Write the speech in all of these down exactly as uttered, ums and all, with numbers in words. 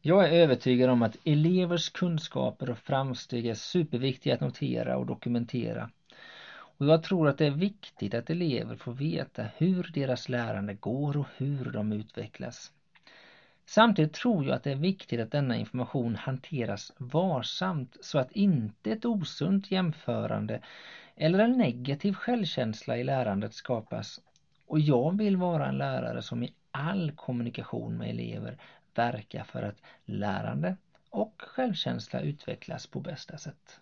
Jag är övertygad om att elevers kunskaper och framsteg är superviktiga att notera och dokumentera. Och jag tror att det är viktigt att elever får veta hur deras lärande går och hur de utvecklas. Samtidigt tror jag att det är viktigt att denna information hanteras varsamt så att inte ett osunt jämförande eller en negativ självkänsla i lärandet skapas. Och jag vill vara en lärare som i all kommunikation med elever verkar för att lärande och självkänsla utvecklas på bästa sätt.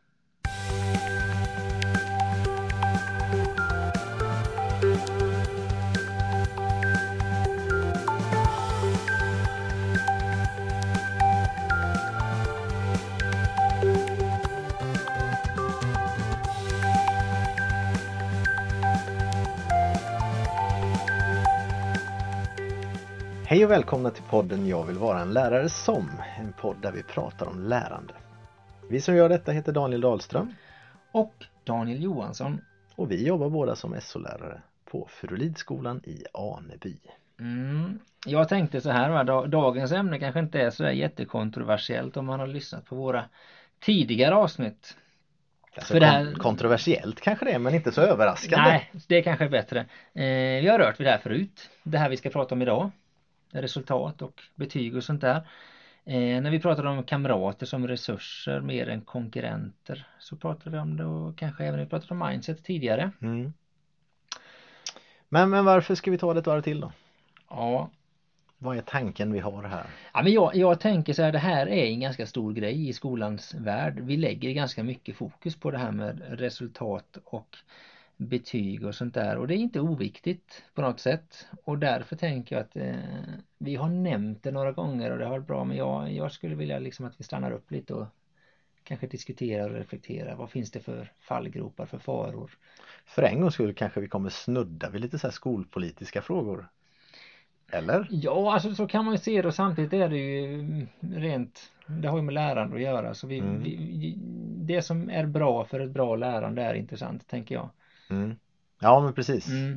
Hej och välkomna till podden Jag vill vara en lärare som, en podd där vi pratar om lärande. Vi som gör detta heter Daniel Dahlström och Daniel Johansson. Och vi jobbar båda som S O-lärare på Furulidskolan i Aneby. Mm. Jag tänkte så här, va? Dagens ämne kanske inte är så där jättekontroversiellt om man har lyssnat på våra tidigare avsnitt. Alltså, det här... kontroversiellt kanske det är, men inte så överraskande. Nej, det kanske är bättre. Eh, vi har rört vid det här förut. Det här vi ska prata om idag. Resultat och betyg och sånt där. Eh, när vi pratade om kamrater som resurser mer än konkurrenter så pratade vi om det, och kanske även vi pratade om mindset tidigare. Mm. Men, men varför ska vi ta det ett varv till då? Ja. Vad är tanken vi har här? Ja, men jag, jag tänker så här, det här är en ganska stor grej i skolans värld. Vi lägger ganska mycket fokus på det här med resultat och betyg och sånt där, och det är inte oviktigt på något sätt, och därför tänker jag att eh, vi har nämnt det några gånger och det har varit bra, men jag, jag skulle vilja liksom att vi stannar upp lite och kanske diskutera och reflektera. Vad finns det för fallgropar, för faror? För en gång skulle kanske vi kommer snudda vid lite så här skolpolitiska frågor. Eller? Ja, alltså så kan man ju se det, och samtidigt är det ju rent, det har ju med lärande att göra, så vi, Mm. vi, det som är bra för ett bra lärande är intressant, tänker jag. Mm. Ja, men precis. Mm.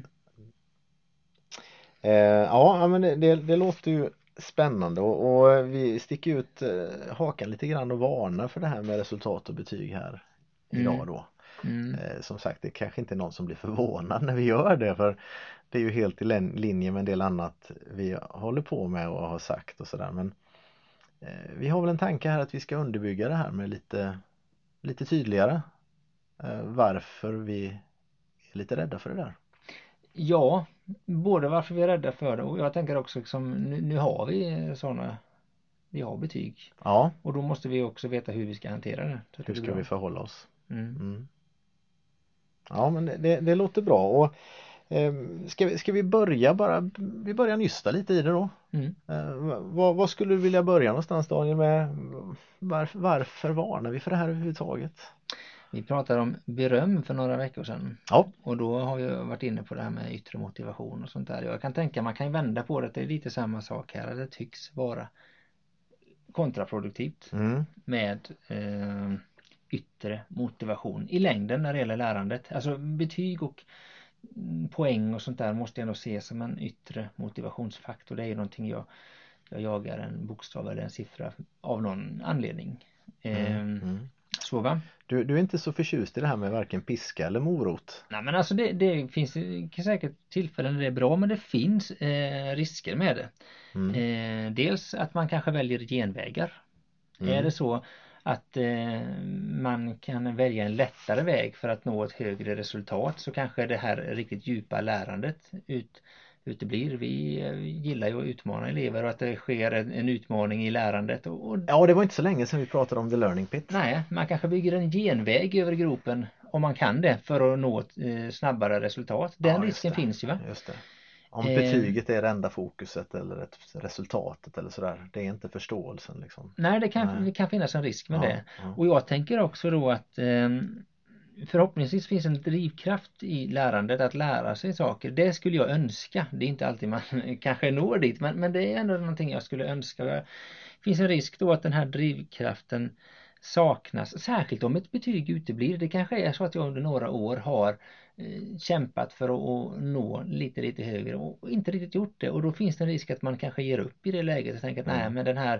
Eh, ja, men det, det, det låter ju spännande, och, och vi sticker ut eh, hakan lite grann och varnar för det här med resultat och betyg här Mm. idag då. Mm. Eh, som sagt, det kanske inte är någon som blir förvånad när vi gör det, för det är ju helt i linje med en del annat vi håller på med och har sagt och sådär. Men eh, vi har väl en tanke här att vi ska underbygga det här med lite, lite tydligare eh, varför vi är lite rädda för det där. Ja, både varför vi är rädda för det, och jag tänker också liksom, nu, nu har vi sådana, vi har betyg. Ja. Och då måste vi också veta hur vi ska hantera det. Så hur ska vi förhålla oss? Mm. Mm. Ja, men det, det, det låter bra. Och eh, ska, vi, ska vi börja bara, vi börjar nysta lite i det då. Mm. Eh, vad, vad skulle du vilja börja någonstans, Daniel, med? Varför, varför varnar vi för det här överhuvudtaget? Vi pratade om beröm för några veckor sedan. Ja. Och då har vi varit inne på det här med yttre motivation och sånt där. Jag kan tänka, man kan vända på det, det är lite samma sak här. Det tycks vara kontraproduktivt Mm. med eh, yttre motivation i längden när det gäller lärandet. Alltså betyg och poäng och sånt där måste jag nog se som en yttre motivationsfaktor. Det är ju någonting jag, jag jagar en bokstav eller en siffra av någon anledning. Mm. Eh, Mm. Så va? Du, du är inte så förtjust i det här med varken piska eller morot? Nej, men alltså det, det finns säkert tillfällen där det är bra, men det finns eh, risker med det. Mm. Eh, dels att man kanske väljer genvägar. Mm. Är det så att eh, man kan välja en lättare väg för att nå ett högre resultat, så kanske det här riktigt djupa lärandet ut, uteblir. Vi gillar ju att utmana elever, och att det sker en, en utmaning i lärandet. Och, och... Ja, det var inte så länge sedan vi pratade om the learning pit. Nej, man kanske bygger en genväg över gropen om man kan det, för att nå ett eh, snabbare resultat. Den Ja, risken det. finns ju, va? Just det. Om Eh, betyget är det enda fokuset eller ett resultatet eller sådär, det är inte förståelsen liksom. Nej, det kan, Nej. det kan finnas en risk med Ja, det. ja. Och jag tänker också då att eh, förhoppningsvis finns en drivkraft i lärandet att lära sig saker. Det skulle jag önska. Det är inte alltid man kanske når dit, men, men det är ändå någonting jag skulle önska. Det finns en risk då att den här drivkraften saknas, särskilt om ett betyg uteblir. Det kanske är så att jag under några år har eh, kämpat för att, att nå lite lite högre och inte riktigt gjort det, och då finns det en risk att man kanske ger upp i det läget och tänker att Mm. nej, men den här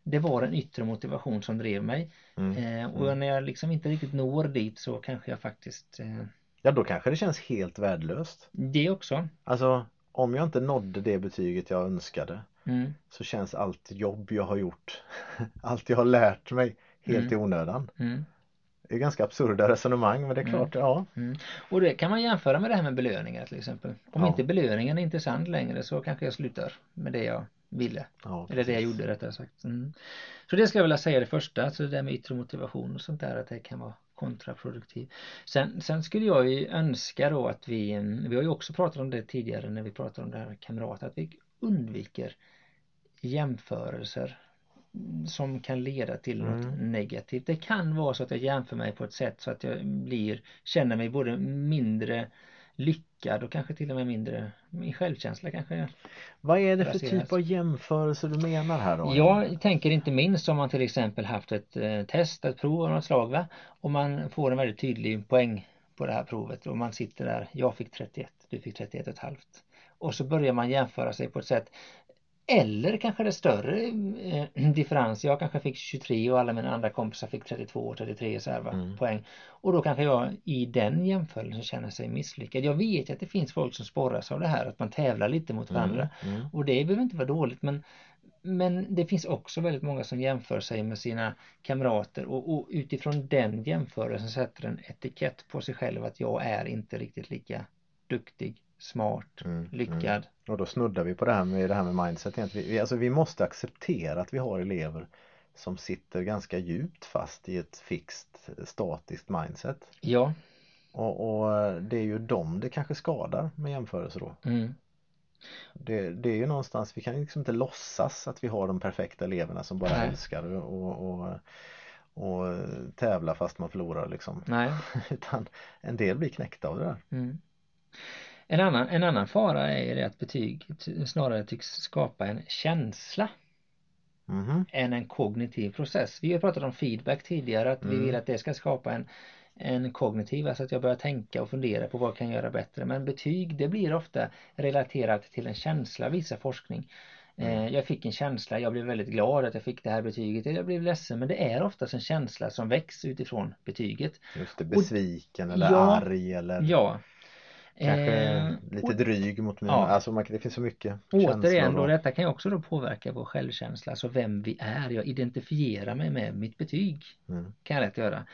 det var en yttre motivation som drev mig. Mm. Eh, och Mm. när jag liksom inte riktigt når dit så kanske jag faktiskt... Eh, Ja, då kanske det känns helt värdelöst. det också. Alltså, om jag inte nådde det betyget jag önskade Mm. så känns allt jobb jag har gjort, allt jag har lärt mig helt Mm. i onödan. Mm. Det är ganska absurda resonemang, men det är klart, Mm. ja. Mm. Och det kan man jämföra med det här med belöningar till exempel. Om Ja. inte belöningen är intressant längre så kanske jag slutar med det jag ville. Ja, Eller det jag precis. gjorde rättare sagt. Mm. Så det ska jag vilja säga det första. Alltså det där med yttre motivation och sånt där, att det kan vara kontraproduktivt. Sen, sen skulle jag ju önska då att vi, vi har ju också pratat om det tidigare när vi pratade om det här med kamrater, att vi undviker jämförelser som kan leda till något Mm. negativt. Det kan vara så att jag jämför mig på ett sätt så att jag blir, känner mig både mindre lyckad och kanske till och med mindre, min självkänsla kanske. Vad är det för raseras. typ av jämförelse du menar här då? Jag tänker inte minst om man till exempel haft ett eh, test, ett prov av något slag, va? Och man får en väldigt tydlig poäng på det här provet och man sitter där, jag fick trettioett, du fick trettioett och ett halvt. Och så börjar man jämföra sig på ett sätt. Eller kanske det större eh, differens. Jag kanske fick tjugotre och alla mina andra kompisar fick trettiotvå och trettiotre så här, va, Mm. poäng. Och då kanske jag i den jämförelsen känner sig misslyckad. Jag vet att det finns folk som sporras av det här, att man tävlar lite mot varandra. Mm. Mm. Och det behöver inte vara dåligt, men, men det finns också väldigt många som jämför sig med sina kamrater. Och, och utifrån den jämförelsen sätter en etikett på sig själv att jag är inte riktigt lika duktig, smart, Mm. lyckad. Mm. Och då snuddar vi på det här med, det här med mindset. Vi, vi, alltså vi måste acceptera att vi har elever som sitter ganska djupt fast i ett fixt, statiskt mindset. Ja. Och, och det är ju dem det kanske skadar med jämförelse då. Mm. Det, det är ju någonstans, vi kan liksom inte låtsas att vi har de perfekta eleverna som bara Nej. älskar och, och, och tävla fast man förlorar liksom. Nej. Utan en del blir knäckta av det där. Mm. En annan, en annan fara är det att betyg snarare tycks skapa en känsla Mm-hmm. än en kognitiv process. Vi har pratat om feedback tidigare, att Mm. vi vill att det ska skapa en, en kognitiv, alltså att jag börjar tänka och fundera på vad jag kan göra bättre. Men betyg, det blir ofta relaterat till en känsla, visar forskning. Mm. Jag fick en känsla, jag blev väldigt glad att jag fick det här betyget, jag blev ledsen, men det är oftast en känsla som väcks utifrån betyget. Just det, besviken och, eller ja, arg eller ja. kanske eh, lite och, dryg mot mina, ja. alltså man, det finns så mycket Återigen då, och... detta kan ju också då påverka vår självkänsla, alltså vem vi är. Jag identifierar mig med mitt betyg, mm. kan jag rätt göra.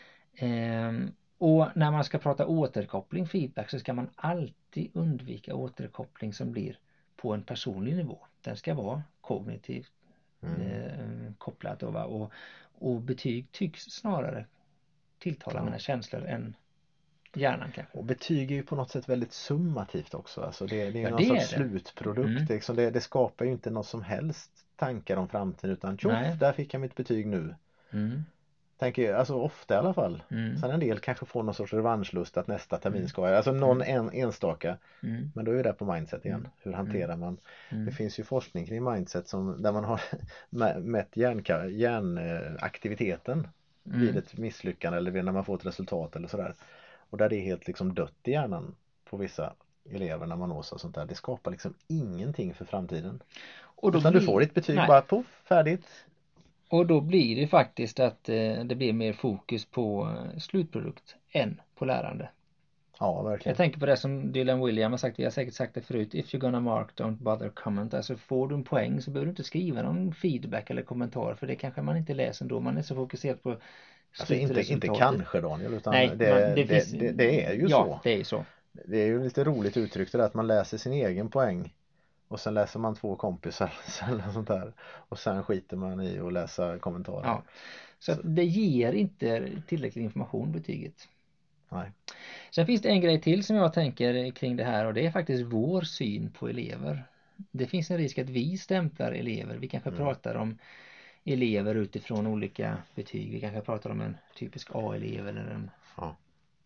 Ehm, och när man ska prata återkoppling, feedback, så ska man alltid undvika återkoppling som blir på en personlig nivå. Den ska vara kognitivt mm. eh, kopplad och, och, och betyg tycks snarare tilltala ja. mina känslor än hjärnan kanske. Och betyg är ju på något sätt väldigt summativt också. Alltså det, det är ju ja, någon det sorts är det. slutprodukt. Mm. Det, liksom det, det skapar ju inte något som helst tankar om framtiden, utan tjoff, där fick jag mitt betyg nu. Mm. Tänker, alltså ofta i alla fall. Mm. Sen en del kanske får någon sorts revanschlust att nästa termin ska vara, alltså någon en, enstaka. Mm. Men då är det på mindset igen. Mm. Hur hanterar man? Mm. Det finns ju forskning kring mindset som, där man har mätt hjärnka, hjärnaktiviteten mm. vid ett misslyckande eller när man får ett resultat eller sådär. Och där det är helt liksom dött i hjärnan på vissa elever när man nås och sånt där. Det skapar liksom ingenting för framtiden. Och då Utan blir... du får ditt betyg nej. bara poff, färdigt. Och då blir det faktiskt att eh, det blir mer fokus på eh, slutprodukt än på lärande. Ja, verkligen. Jag tänker på det som Dylan William har sagt, vi har säkert sagt det förut. If you're gonna mark, don't bother comment. Alltså får du en poäng så behöver du inte skriva någon feedback eller kommentar, för det kanske man inte läser ändå. Man är så fokuserad på alltså inte, inte kanske Daniel, utan nej, det, man, det, det, finns, det, det är ju ja, så. det är ju så. Det är ju lite roligt uttryckt det där att man läser sin egen poäng och sen läser man två kompisar eller sånt där, och sen skiter man i att läsa kommentarer. Ja. Så, så. Att det ger inte tillräcklig information, betyget. Nej. Sen finns det en grej till som jag tänker kring det här, och det är faktiskt vår syn på elever. Det finns en risk att vi stämplar elever. Vi kanske mm. pratar om elever utifrån olika betyg. Vi kanske pratar om en typisk A-elev eller en ja.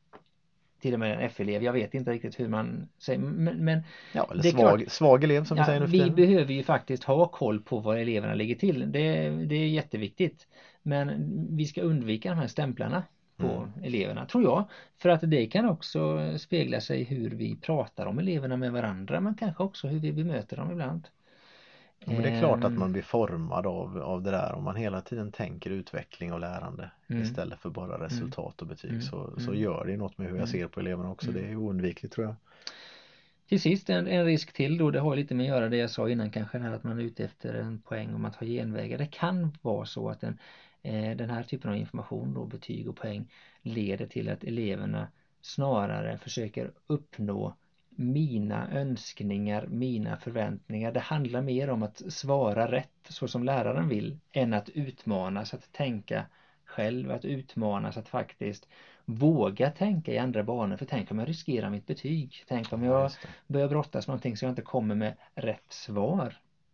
till och med en F-elev. Jag vet inte riktigt hur man säger. Men, men ja, eller svag, klart, svag elev som ja, vi säger nu. Vi behöver ju faktiskt ha koll på var eleverna ligger till. Det, det är jätteviktigt. Men vi ska undvika de här stämplarna på mm. eleverna, tror jag. För att det kan också spegla sig hur vi pratar om eleverna med varandra, men kanske också hur vi bemöter dem ibland. Ja, men det är klart att man blir formad av, av det där om man hela tiden tänker utveckling och lärande mm. istället för bara resultat och betyg mm. så, så gör det något med hur jag ser på eleverna också. Mm. Det är oundvikligt tror jag. Till sist en, en risk till då, det har lite med att göra det jag sa innan kanske här, att man är ute efter en poäng om att ha genvägar. Det kan vara så att den, eh, den här typen av information då, betyg och poäng, leder till att eleverna snarare försöker uppnå mina önskningar, mina förväntningar. Det handlar mer om att svara rätt så som läraren vill än att utmanas att tänka själv, att utmanas att faktiskt våga tänka i andra banor. För tänk om jag riskerar mitt betyg, tänk om jag börjar brottas med någonting så jag inte kommer med rätt svar.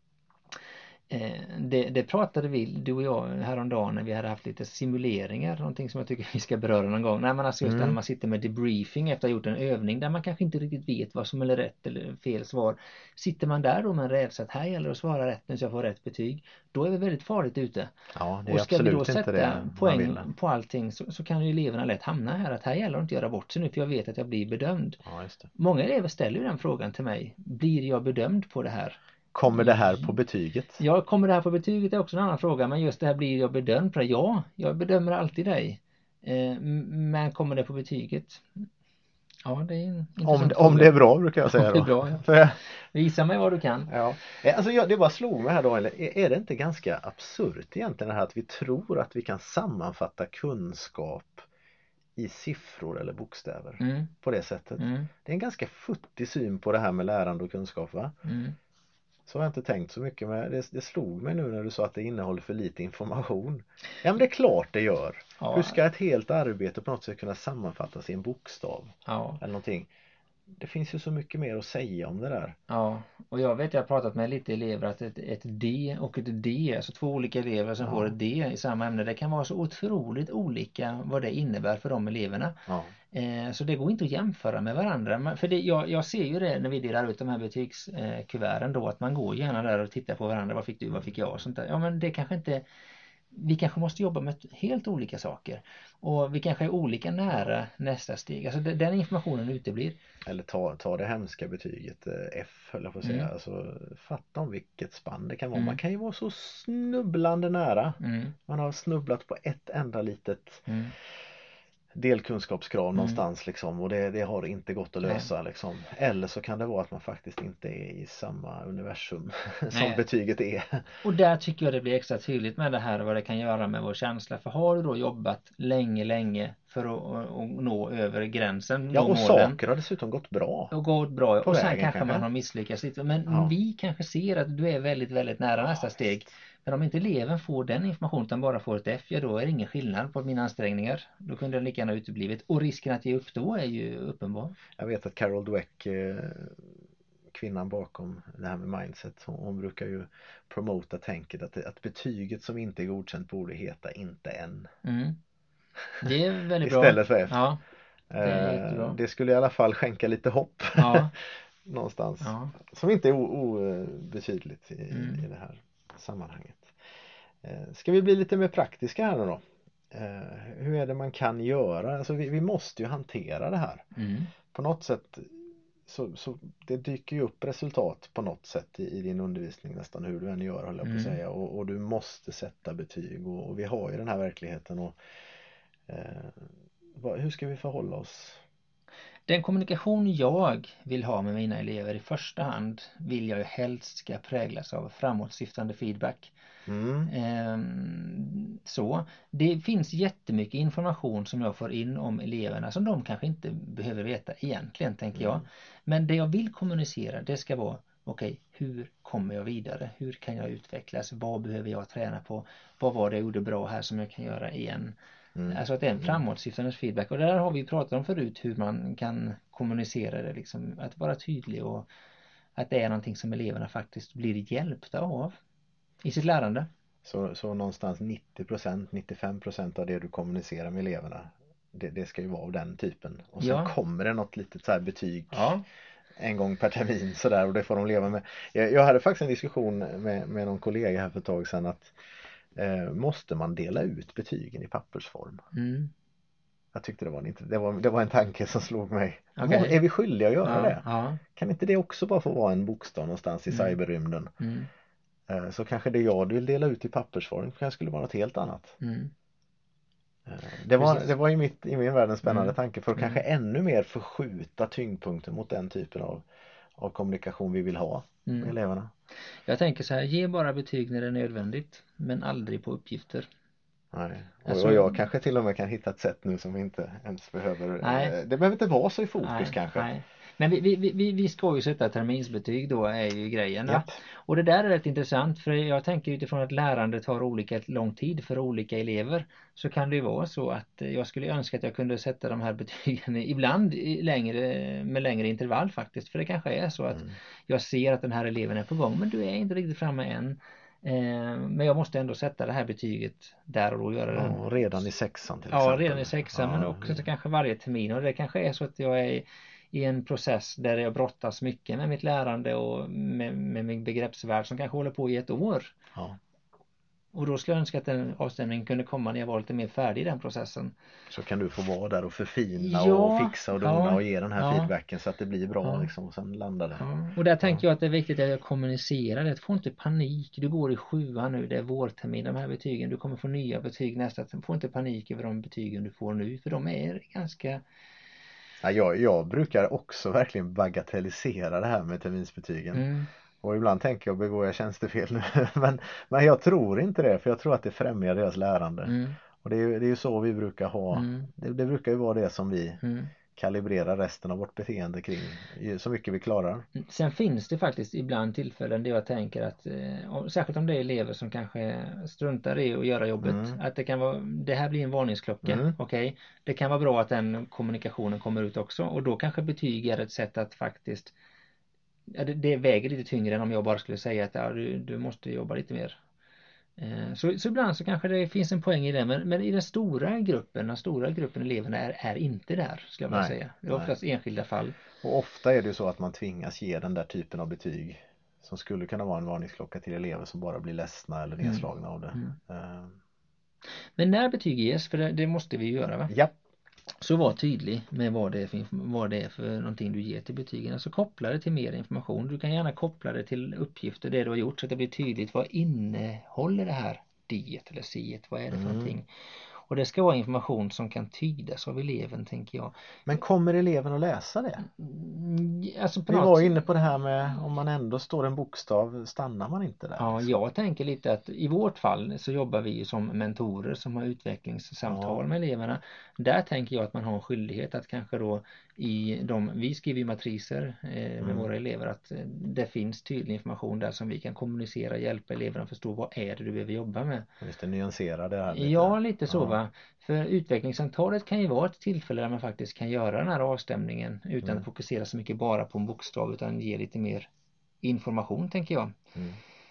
Eh, det, det pratade vi, du och jag, häromdagen när vi hade haft lite simuleringar, någonting som jag tycker vi ska beröra någon gång. Nej, men alltså just mm. när man sitter med debriefing efter att ha gjort en övning där man kanske inte riktigt vet vad som är rätt eller fel svar. Sitter man där då med en rädsla att här gäller att svara rätt nu så jag får rätt betyg, då är vi väldigt farligt ute. Ja, det är och ska absolut vi då sätta inte det poäng på allting så, så kan ju eleverna lätt hamna här att här gäller det inte att göra bort sig nu för jag vet att jag blir bedömd. Ja, just det. Många elever ställer ju den frågan till mig, blir jag bedömd på det här? Kommer det här på betyget? Ja, kommer det här på betyget är också en annan fråga. Men just det här, blir jag bedömd på det? Ja, jag bedömer alltid dig. Eh, men kommer det på betyget? Ja, det är en om, om det är bra brukar jag säga då. Om det är bra, ja. Visa mig vad du kan. Ja. Alltså jag, det bara slog mig här då. Eller, är det inte ganska absurt egentligen det här att vi tror att vi kan sammanfatta kunskap i siffror eller bokstäver mm. på det sättet? Mm. Det är en ganska futtig syn på det här med lärande och kunskap, va? Mm. Så har jag inte tänkt så mycket med. Det, det slog mig nu när du sa att det innehåller för lite information. Ja, men det är klart det gör. Ja. Hur ska ett helt arbete på något sätt kunna sammanfattas i en bokstav? Ja. Eller någonting. Det finns ju så mycket mer att säga om det där. Ja, och jag vet, jag har pratat med lite elever att ett, ett D och ett D, alltså två olika elever som ja. får ett D i samma ämne, det kan vara så otroligt olika vad det innebär för de eleverna. Ja. Eh, så det går inte att jämföra med varandra. För det, jag, jag ser ju det när vi delar ut de här betygskuverten då, att man går gärna där och tittar på varandra, vad fick du, vad fick jag och sånt där. Ja, men det kanske inte... Vi kanske måste jobba med helt olika saker. Och vi kanske är olika nära nästa steg. Alltså den informationen uteblir. Eller ta, ta det hemska betyget F, eller får säga. Mm. Alltså, fatta om vilket spann det kan vara. Mm. Man kan ju vara så snubblande nära. Mm. Man har snubblat på ett enda litet mm. delkunskapskrav mm. någonstans liksom. Och det, det har inte gått att lösa liksom. Eller så kan det vara att man faktiskt inte är i samma universum som Nej. betyget är. Och där tycker jag det blir extra tydligt med det här vad det kan göra med vår känsla. För har du då jobbat länge, länge för att, att nå över gränsen. Ja, och målen, saker har dessutom gått bra. Och gått bra. Och sen kanske man har misslyckats lite. Men ja. vi kanske ser att du är väldigt, väldigt nära ja, nästa steg. Visst. Men om inte eleven får den informationen utan bara får ett F, ja då är det ingen skillnad på mina ansträngningar. Då kunde den lika gärna uteblivit. Och risken att ge upp då är ju uppenbar. Jag vet att Carol Dweck, kvinnan bakom det här med mindset, hon, hon brukar ju promota tänket att, att betyget som inte är godkänt borde heta inte än. Mm. Det är väldigt bra. Istället för F. Ja, det, är det skulle i alla fall skänka lite hopp. Ja. Någonstans. Ja. Som inte är obetydligt i, mm. i det här sammanhanget. Ska vi bli lite mer praktiska här nu då? Hur är det man kan göra? Alltså vi, vi måste ju hantera det här. Mm. På något sätt så, så det dyker ju upp resultat på något sätt i, i din undervisning nästan hur du än gör, håller jag på att mm. säga. Och, och du måste sätta betyg och, och vi har ju den här verkligheten och eh, vad, hur ska vi förhålla oss? Den kommunikation jag vill ha med mina elever i första hand vill jag ju helst ska präglas av framåtsyftande feedback. Mm. Ehm, så det finns jättemycket information som jag får in om eleverna som de kanske inte behöver veta egentligen, tänker jag. Mm. Men det jag vill kommunicera, det ska vara okej, okay, hur kommer jag vidare? Hur kan jag utvecklas? Vad behöver jag träna på? Vad var det jag gjorde bra här som jag kan göra igen? Mm. Alltså att det är en framåtsyftande feedback. Och där har vi pratat om förut hur man kan kommunicera det. Liksom, att vara tydlig och att det är någonting som eleverna faktiskt blir hjälpta av i sitt lärande. Så, så någonstans nittio procent, nittiofem procent av det du kommunicerar med eleverna, det, det ska ju vara av den typen. Och sen ja. kommer det något litet så här betyg ja. en gång per termin sådär, och det får de leva med. Jag, jag hade faktiskt en diskussion med, med någon kollega här för ett tag sedan att Eh, måste man dela ut betygen i pappersform? Mm. Jag tyckte det var, en, det, var, det var en tanke som slog mig. Okay. Är vi skyldiga att göra ja, det? Ja. Kan inte det också bara få vara en bokstav någonstans i mm. cyberrymden? Mm. Eh, så kanske det jag vill dela ut i pappersform kanske skulle vara något helt annat. Mm. Det var, det var i, mitt, i min värld en spännande Mm. tanke för att Mm. kanske ännu mer förskjuta tyngdpunkten mot den typen av, av kommunikation vi vill ha med Mm. eleverna. Jag tänker så här, ge bara betyg när det är nödvändigt, men aldrig på uppgifter. Nej. Och, Alltså- och jag kanske till och med kan hitta ett sätt nu som vi inte ens behöver. Nej. eh, Det behöver inte vara så i fokus Nej, kanske. nej. Men vi, vi, vi, vi ska ju sätta terminsbetyg då, är ju grejen. Va? Japp. Och det där är rätt intressant, för jag tänker utifrån att lärandet tar olika lång tid för olika elever, så kan det ju vara så att jag skulle önska att jag kunde sätta de här betygen ibland i längre, med längre intervall faktiskt. För det kanske är så att Mm. jag ser att den här eleven är på gång, men du är inte riktigt framme än. Eh, men jag måste ändå sätta det här betyget där och då göra det. Ja, redan i sexan till Ja, exempel. redan i sexan, Ja, men också så kanske varje termin. Och det kanske är så att jag är i en process där jag brottas mycket med mitt lärande och med, med min begreppsvärld som kanske håller på i ett år. Ja. Och då skulle jag önska att den avstämningen kunde komma när jag var lite mer färdig i den processen. Så kan du få vara där och förfina Ja, och fixa och dona ja, och ge den här ja. feedbacken så att det blir bra Ja. liksom, och sen landar det. Ja. Och där tänker jag att det är viktigt att jag kommunicerar det. Få inte panik. Du går i sjuan nu, det är vårtermin, de här betygen. Du kommer få nya betyg nästa. Få inte panik över de betygen du får nu, för de är ganska... Ja, jag, jag brukar också verkligen bagatellisera det här med terminsbetygen. Mm. Och ibland tänker jag, begår jag tjänstefel nu? men, men jag tror inte det, för jag tror att det främjar deras lärande. Mm. Och det är ju det är ju så vi brukar ha, Mm. det, det brukar ju vara det som vi Mm. kalibrerar resten av vårt beteende kring, så mycket vi klarar. Sen finns det faktiskt ibland tillfällen där jag tänker att, och särskilt om det är elever som kanske struntar i att göra jobbet, Mm. att det kan vara, det här blir en varningsklocka. Mm. Okej, okay? Det kan vara bra att den kommunikationen kommer ut också, och då kanske betyg är ett sätt att faktiskt, ja, det, det väger lite tyngre än om jag bara skulle säga att ja, du, du måste jobba lite mer. Så, så ibland så kanske det finns en poäng i det, men, men i den stora gruppen, den stora gruppen eleverna är, är inte där, ska jag bara Nej, säga. Det är oftast nej. enskilda fall. Och ofta är det ju så att man tvingas ge den där typen av betyg som skulle kunna vara en varningsklocka till elever som bara blir ledsna eller nedslagna mm. av det. Mm. Uh. Men när betyg ges, för det, det måste vi ju göra, va? Ja. Så var tydlig med vad det, är för, vad det är för någonting du ger till betygen. Alltså koppla det till mer information. Du kan gärna koppla det till uppgifter, det du har gjort, så att det blir tydligt vad innehåller det här diet eller siet, vad är det för mm. någonting. Och det ska vara information som kan tydas av eleven, tänker jag. Men kommer eleven att läsa det? Alltså på Vi något... var inne på det här med om man ändå står en bokstav, stannar man inte där? Ja, liksom? Jag tänker lite att i vårt fall så jobbar vi som mentorer som har utvecklingssamtal ja. med eleverna. Där tänker jag att man har en skyldighet att kanske då i de, vi skriver ju matriser eh, med mm. våra elever, att eh, det finns tydlig information där som vi kan kommunicera, hjälpa eleverna att förstå vad är det du behöver jobba med. Just det, nyansera det här lite. Ja, lite så ja. va. För utvecklingssamtalet kan ju vara ett tillfälle där man faktiskt kan göra den här avstämningen utan mm. att fokusera så mycket bara på en bokstav, utan ge lite mer information, tänker jag. Mm.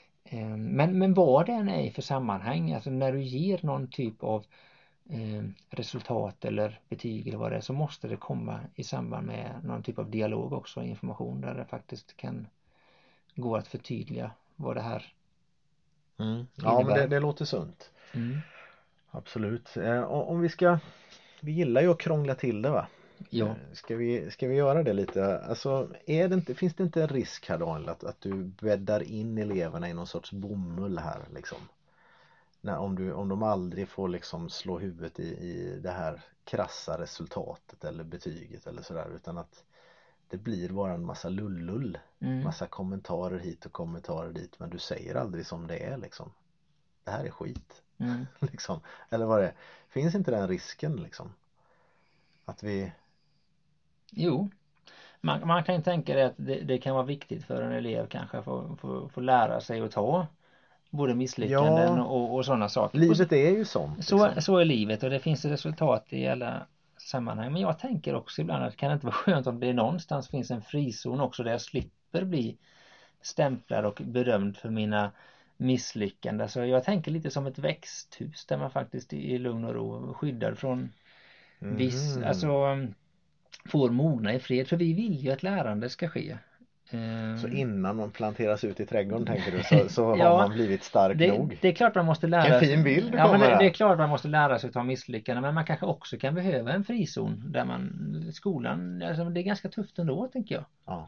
Men, men vad det än är för sammanhang, alltså när du ger någon typ av eh, resultat eller betyg eller vad det är, så måste det komma i samband med någon typ av dialog också, information där det faktiskt kan gå att förtydliga vad det här mm. Ja, men det, det låter sunt. Mm. Absolut. Eh, om vi ska, vi gillar ju att krångla till det, va? Ja. Ska vi, ska vi göra det lite? Alltså, är det inte, finns det inte en risk här, Daniel, att, att du bäddar in eleverna i någon sorts bomull här liksom? När, om, du, om de aldrig får liksom slå huvudet i, i det här krassa resultatet eller betyget eller sådär, utan att det blir bara en massa lullull, mm. massa kommentarer hit och kommentarer dit, men du säger aldrig som det är liksom. Det här är skit. Mm. liksom. Eller vad det är. Finns inte den risken liksom? Att vi... Jo, man, man kan ju tänka det att det, det kan vara viktigt för en elev kanske att få, få, få lära sig att ta både misslyckanden ja, och, och sådana saker. Livet är ju sånt. Så, liksom. så är livet, och det finns resultat i alla sammanhang. Men jag tänker också ibland att det kan inte vara skönt om det någonstans finns en frizon också där jag slipper bli stämplad och berömd för mina misslyckanden. Så jag tänker lite som ett växthus där man faktiskt i lugn och ro skyddar från mm. viss, alltså får mogna i fred, för vi vill ju att lärande ska ske. Så innan man planteras ut i trädgården, tänker du, så, så ja, har man blivit stark det, nog. Det är klart man måste lära en fin bild ja, men det, det är klart man måste lära sig att ta misslyckanden, men man kanske också kan behöva en frizon där man, skolan, alltså det är ganska tufft ändå, tänker jag. Ja.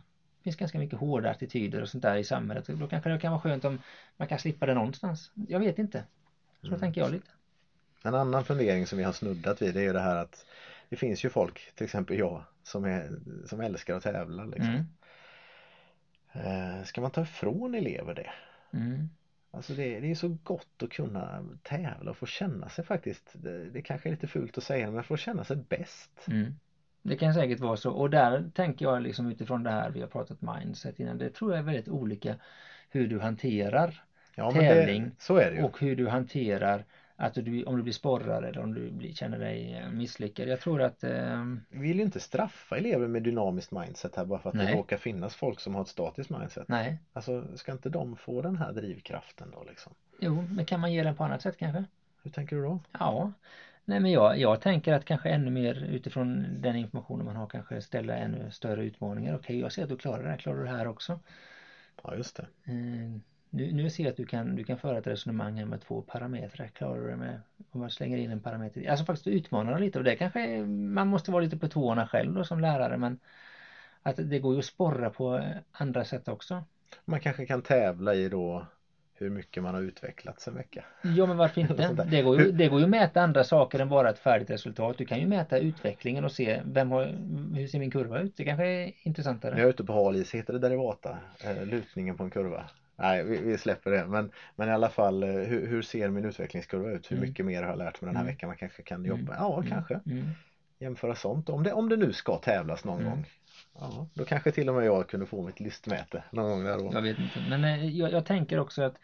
finns ganska mycket hårda attityder och sånt där i samhället. Då kanske det kan vara skönt om man kan slippa det någonstans. Jag vet inte. Så mm. tänker jag lite. En annan fundering som vi har snuddat vid, det är ju det här att det finns ju folk, till exempel jag, som, är, som älskar att tävla. Liksom. Mm. Ska man ta ifrån elever det? Mm. Alltså det, det är så gott att kunna tävla och få känna sig faktiskt, det, det kanske är lite fult att säga, men få känna sig bäst. Mm. Det kan säkert vara så, och där tänker jag liksom utifrån det här vi har pratat mindset innan, det tror jag är väldigt olika hur du hanterar ja, tävling det, så är det ju. Och hur du hanterar att du, om du blir sporrad eller om du blir, känner dig misslyckad. Jag tror att eh... vi vill ju inte straffa elever med dynamiskt mindset här bara för att Nej. Det råkar finnas folk som har ett statiskt mindset. Nej. Alltså ska inte de få den här drivkraften då liksom? Jo, men kan man ge den på annat sätt kanske? Hur tänker du då? Ja, nej men jag, jag tänker att kanske ännu mer utifrån den informationen man har kanske ställa ännu större utmaningar. Okej, jag ser att du klarar det här, klarar du det här också? Ja, just det. Mm. Nu, nu ser jag att du kan, du kan föra ett resonemang här med två parametrar. Klarar du det med om man slänger in en parameter? Alltså faktiskt utmana lite, och det kanske man måste vara lite på tårna själv då, som lärare, men att det går ju att sporra på andra sätt också. Man kanske kan tävla i då hur mycket man har utvecklats en vecka. Ja, men varför inte? Det går ju, det går ju att mäta andra saker än bara ett färdigt resultat. Du kan ju mäta utvecklingen och se vem har, hur ser min kurva ut? Det kanske är intressantare. När jag är ute på halis, heter det derivata, eh, lutningen på en kurva. Nej, vi, vi släpper det. Men, men i alla fall, hur, hur ser min utvecklingskurva ut? Hur mm. mycket mer har jag lärt mig den här mm. veckan? Man kanske kan jobba. Ja, mm. kanske. Mm. Jämföra sånt. Om det, om det nu ska tävlas någon mm. gång. Ja, då kanske till och med jag kunde få mitt listmäte någon gång där då. Jag vet inte. Men jag, jag tänker också att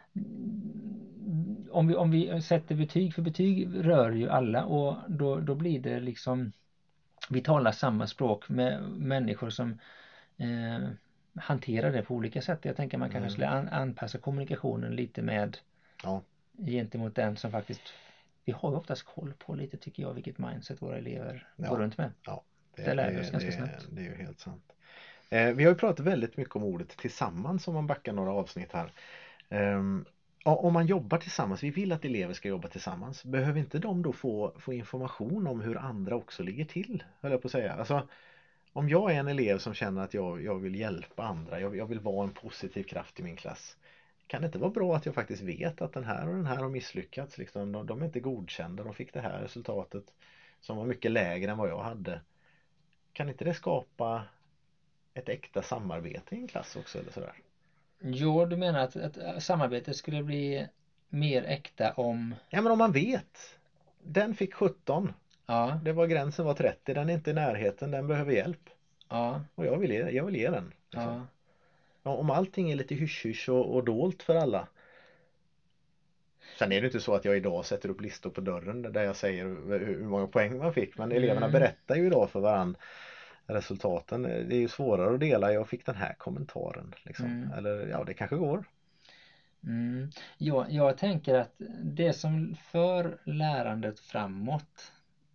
om vi, om vi sätter betyg, för betyg rör ju alla, och då, då blir det liksom, vi talar samma språk med människor som eh, hanterar det på olika sätt. Jag tänker man kanske mm. skulle an, anpassa kommunikationen lite med ja. gentemot den som faktiskt, vi har ju oftast koll på lite, tycker jag, vilket mindset våra elever ja. går runt med. Ja, det, det lär vi oss det, ganska det, snabbt. Det är ju helt sant. Eh, vi har ju pratat väldigt mycket om ordet tillsammans, om man backar några avsnitt här. Um, om man jobbar tillsammans, vi vill att elever ska jobba tillsammans, behöver inte de då få, få information om hur andra också ligger till, höll jag på att säga. Alltså, om jag är en elev som känner att jag, jag vill hjälpa andra, jag, jag vill vara en positiv kraft i min klass, kan det inte vara bra att jag faktiskt vet att den här och den här har misslyckats? Liksom, de, de är inte godkända, de fick det här resultatet som var mycket lägre än vad jag hade. Kan inte det skapa ett äkta samarbete i en klass också eller sådär? Jo, du menar att, att samarbetet skulle bli mer äkta om... Ja, men om man vet. Den fick sjutton. Ja. Det var, gränsen var trettio. Den är inte i närheten. Den behöver hjälp. Ja. Och jag vill ge, jag vill ge den. Liksom. Ja. Om allting är lite hysch-hysch och, och dolt för alla. Sen är det inte så att jag idag sätter upp listor på dörren där jag säger hur många poäng man fick. Men mm. eleverna berättar ju idag för varandra resultaten. Det är ju svårare att dela. Jag fick den här kommentaren. Liksom. Mm. Eller ja, det kanske går. Mm. Ja, jag tänker att det som för lärandet framåt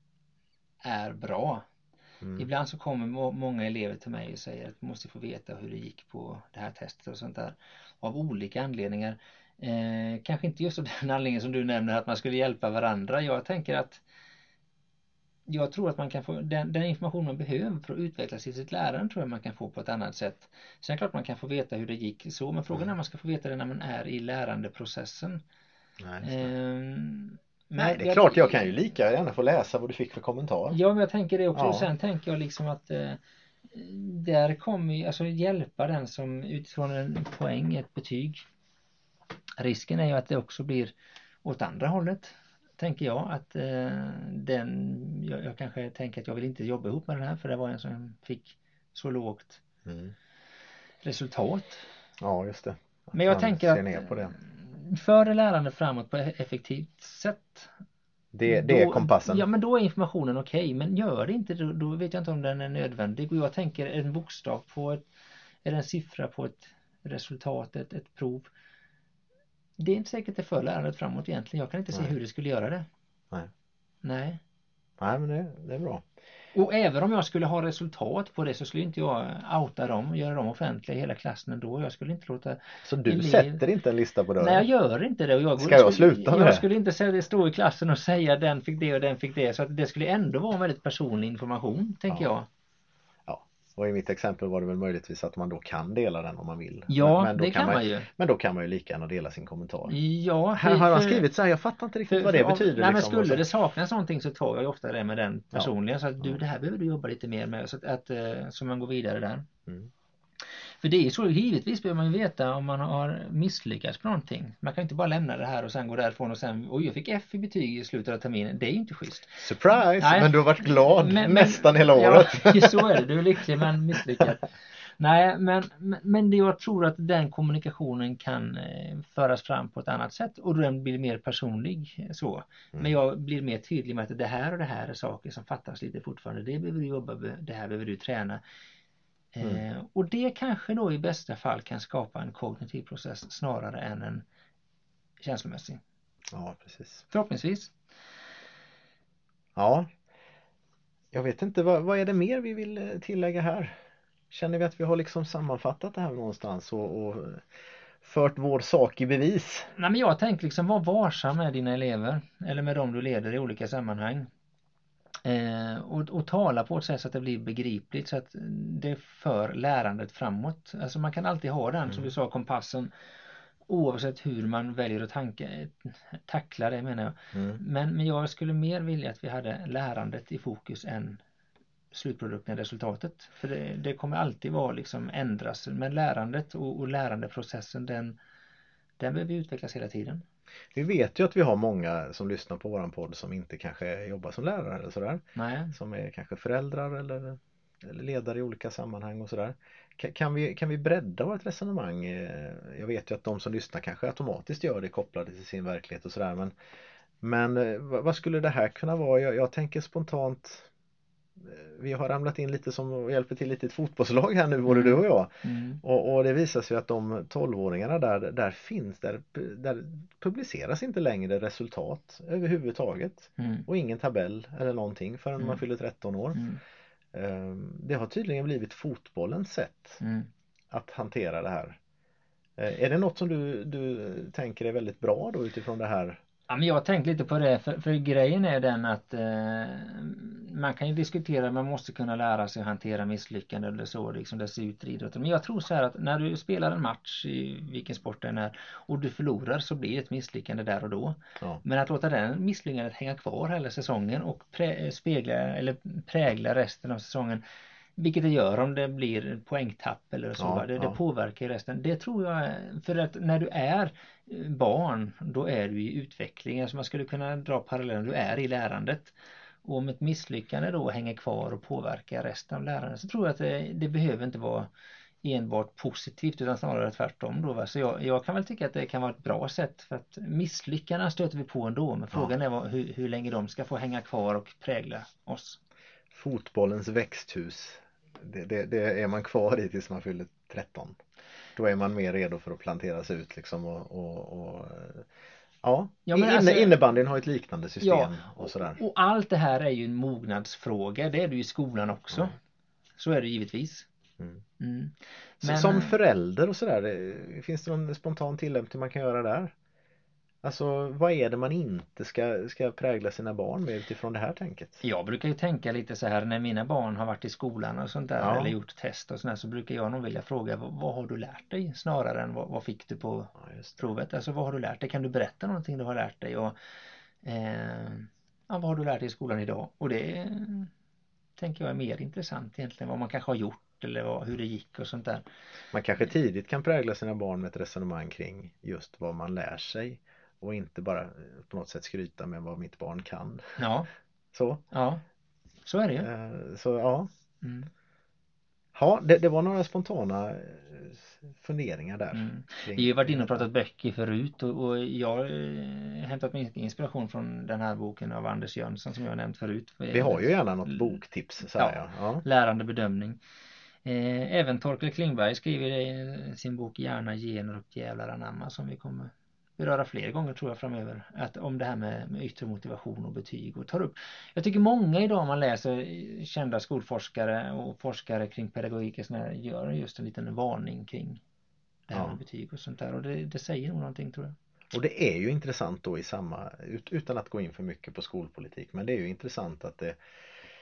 är bra. Mm. Ibland så kommer må- många elever till mig och säger att vi måste få veta hur det gick på det här testet och sånt där. Av olika anledningar. Eh, kanske inte just av den anledningen som du nämner, att man skulle hjälpa varandra. Jag tänker att jag tror att man kan få den, den information man behöver för att utvecklas i sitt lärande, tror jag man kan få på ett annat sätt. Sen är det klart man kan få veta hur det gick så, men frågan är om man ska få veta det när man är i lärandeprocessen. Nej, ehm, Nej det är jag, klart jag kan ju lika gärna få läsa vad du fick för kommentar. Ja, men jag tänker det också. Ja. Och sen tänker jag liksom att eh, där kommer ju, alltså hjälpa den som utifrån en poäng, ett betyg. Risken är ju att det också blir åt andra hållet. Tänker jag att eh, den, jag, jag kanske tänker att jag vill inte jobba ihop med den här, för det var en som fick så lågt mm. resultat. Ja, just det. Att men jag tänker att på det. För lärande framåt på ett effektivt sätt. Det, det då, är kompassen. Ja, men då är informationen okej, okay, men gör det inte, då, då vet jag inte om den är nödvändig. Och jag tänker en bokstav på ett, eller en siffra på ett resultat, ett, ett prov. Det är inte säkert det för lärandet framåt egentligen. Jag kan inte se Nej. hur det skulle göra det. Nej. Nej. Nej, men det, det är bra. Och även om jag skulle ha resultat på det, så skulle inte jag outa dem och göra dem offentliga i hela klassen ändå. Jag skulle inte låta... Så du elev... sätter inte en lista på dörren? Nej, jag gör inte det. Och jag, Ska jag skulle, sluta med jag det? skulle inte säga, stå i klassen och säga den fick det och den fick det. Så att det skulle ändå vara en väldigt personlig information, tänker ja. jag. Ja. Och i mitt exempel var det väl möjligtvis att man då kan dela den om man vill. Ja, men, men då det kan man, man ju. Men då kan man ju lika gärna dela sin kommentar. Ja, här har han skrivit så här, jag fattar inte riktigt för, vad det för, betyder. Nej, liksom, men skulle det saknas någonting så tar jag ju ofta det med den personligen. Ja. Så att du, det här behöver du jobba lite mer med. Så att, att så man går vidare där. Mm. För det är så, givetvis behöver man ju veta om man har misslyckats på någonting. Man kan inte bara lämna det här och sen gå därifrån och sen, oj jag fick F i betyg i slutet av terminen. Det är ju inte schysst. Surprise! Nej. Men du har varit glad men, nästan men, hela året. Ja, så är det. Du är lycklig men misslyckad. Nej, men, men det jag tror att den kommunikationen kan föras fram på ett annat sätt och den blir mer personlig så. Mm. Men jag blir mer tydlig med att det här och det här är saker som fattas lite fortfarande. Det behöver du jobba med, det här behöver du träna. Mm. Eh, och det kanske då i bästa fall kan skapa en kognitiv process snarare än en känslomässig. Ja, precis. Förhoppningsvis. Ja. Jag vet inte, vad, vad är det mer vi vill tillägga här? Känner vi att vi har liksom sammanfattat det här någonstans och, och fört vår sak i bevis? Nej, men jag tänker liksom var varsam med dina elever eller med dem du leder i olika sammanhang. Eh, och, och tala på ett sätt så att det blir begripligt så att det för lärandet framåt. Alltså man kan alltid ha den mm. som du sa, kompassen, oavsett hur man väljer att tanka, tackla det menar jag. Mm. Men, men jag skulle mer vilja att vi hade lärandet i fokus än slutprodukten, resultatet. För det, det kommer alltid vara liksom ändras. Men lärandet och, och lärandeprocessen den, den behöver utvecklas hela tiden. Vi vet ju att vi har många som lyssnar på våran podd som inte kanske jobbar som lärare eller sådär. Nej. Som är kanske föräldrar eller, eller ledare i olika sammanhang och sådär. Kan, kan, vi, kan vi bredda vårt resonemang? Jag vet ju att de som lyssnar kanske automatiskt gör det kopplade till sin verklighet och sådär. Men, men vad skulle det här kunna vara? Jag, jag tänker spontant... Vi har ramlat in lite som och hjälper till lite i ett fotbollslag här nu, både mm. du och jag. Mm. Och, och det visar sig att de tolvåringarna där, där finns, där, där publiceras inte längre resultat överhuvudtaget. Mm. Och ingen tabell eller någonting förrän mm. man fyller tretton år. Mm. Det har tydligen blivit fotbollens sätt mm. att hantera det här. Är det något som du, du tänker är väldigt bra då utifrån det här? Ja, men jag har tänkt lite på det, för, för grejen är den att eh, man kan ju diskutera, man måste kunna lära sig att hantera misslyckande eller så, liksom det ser ut i idrotten. Men jag tror så här att när du spelar en match i vilken sport det är och du förlorar så blir det ett misslyckande där och då. Ja. Men att låta den misslyckandet hänga kvar hela säsongen och prä, spegla eller prägla resten av säsongen, vilket det gör om det blir poängtapp eller så, ja, det, ja. det påverkar resten. Det tror jag, för att när du är barn, då är du i utveckling. Alltså man skulle kunna dra parallellen, du är i lärandet. Och om ett misslyckande då hänger kvar och påverkar resten av lärandet så tror jag att det, det behöver inte vara enbart positivt utan snarare tvärtom då. Va? Så jag, jag kan väl tycka att det kan vara ett bra sätt, för att misslyckandena stöter vi på ändå, men frågan ja. är vad, hur, hur länge de ska få hänga kvar och prägla oss. Fotbollens växthus. Det, det, det är man kvar i tills man fyller tretton. Då är man mer redo för att planteras ut liksom och, och, och ja, ja inne, alltså, innebandyn har ett liknande system ja, och sådär. Och, och allt det här är ju en mognadsfråga, det är det ju i skolan också. Mm. Så är det givetvis. Mm. Mm. Men, som förälder och sådär, finns det någon spontan tillämpning man kan göra där? Alltså vad är det man inte ska, ska prägla sina barn med utifrån det här tänket? Jag brukar ju tänka lite så här när mina barn har varit i skolan och sånt där ja. eller gjort test och sådär, så brukar jag nog vilja fråga vad, vad har du lärt dig snarare än vad, vad fick du på ja, provet? Alltså vad har du lärt dig? Kan du berätta någonting du har lärt dig? Och, eh, ja, vad har du lärt dig i skolan idag? Och det eh, tänker jag är mer intressant egentligen, vad man kanske har gjort eller vad, hur det gick och sånt där. Man kanske tidigt kan prägla sina barn med ett resonemang kring just vad man lär sig. Och inte bara på något sätt skryta med vad mitt barn kan. Ja. Så. Ja. Så är det ju. Så ja. Mm. Ja, det, det var några spontana funderingar där. Mm. Vi har ju varit inne och pratat böcker förut och, och jag har hämtat min inspiration från den här boken av Anders Jönsson som jag har nämnt förut. Vi har ju gärna något boktips. Så här, ja, ja. Lärande bedömning. Eh, även Torkel Klingberg skriver i sin bok Hjärna, gener och jävlar anamma som vi kommer beröra fler gånger tror jag framöver, att om det här med, med yttre motivation och betyg och tar upp. Jag tycker många idag man läser kända skolforskare och forskare kring pedagogik och sådär, gör just en liten varning kring det här ja. med betyg och sånt där, och det, det säger nog någonting tror jag. Och det är ju intressant då i samma, ut, utan att gå in för mycket på skolpolitik, men det är ju intressant att det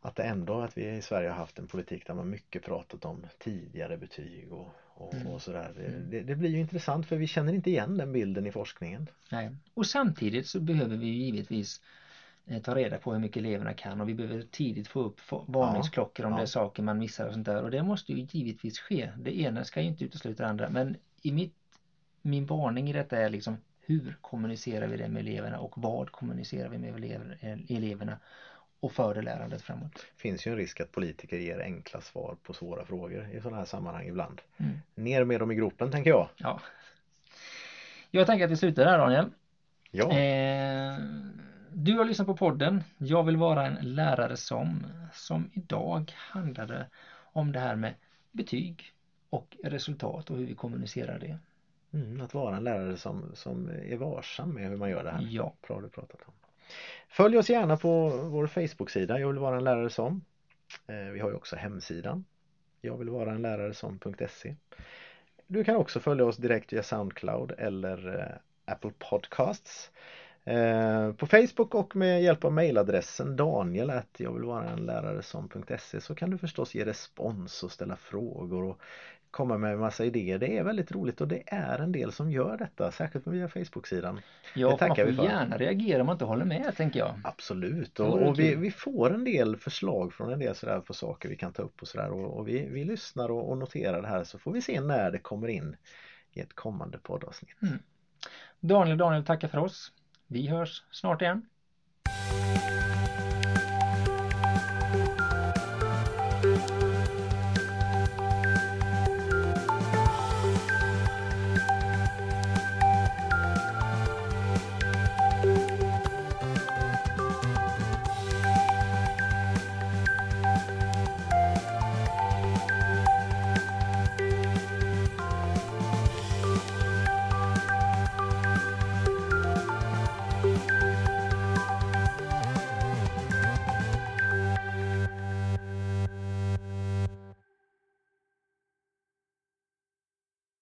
att det ändå att vi i Sverige har haft en politik där man mycket pratat om tidigare betyg och, och, Mm. och sådär. Det, Mm. det, det blir ju intressant för vi känner inte igen den bilden i forskningen. Nej. Och samtidigt så behöver vi givetvis eh, ta reda på hur mycket eleverna kan och vi behöver tidigt få upp få- varningsklockor om ja. det är saker man missar och sånt där. Och det måste ju givetvis ske. Det ena ska ju inte utesluta det andra. Men i mitt, min varning i detta är liksom hur kommunicerar vi det med eleverna och vad kommunicerar vi med elever, eleverna och för det lärandet framåt. Det finns ju en risk att politiker ger enkla svar på svåra frågor i sådana här sammanhang ibland. Mm. Ner med dem i gropen tänker jag. Ja. Jag tänker att vi slutar där, Daniel. Ja. Eh, du har lyssnat på podden. Jag vill vara en lärare som som idag handlade om det här med betyg och resultat och hur vi kommunicerar det. Mm, att vara en lärare som, som är varsam med hur man gör det här. Ja. Bra du pratat om. Följ oss gärna på vår Facebook-sida Jag vill vara en lärare som. Eh, vi har ju också hemsidan Jag vill vara en lärare som.se. Du kan också följa oss direkt via SoundCloud eller eh, Apple Podcasts. Eh, på Facebook och med hjälp av mejladressen Daniel at jag vill vara en lärare som.se så kan du förstås ge respons och ställa frågor och komma med en massa idéer. Det är väldigt roligt och det är en del som gör detta, särskilt via Facebook-sidan. Ja, det tackar man får vi för. gärna reagera om man inte håller med, tänker jag. Absolut, Det och, vore och vi, kul. vi får en del förslag från en del sådär på saker vi kan ta upp och sådär och, och vi, vi lyssnar och, och noterar det här så får vi se när det kommer in i ett kommande poddavsnitt. Mm. Daniel, Daniel, tackar för oss. Vi hörs snart igen.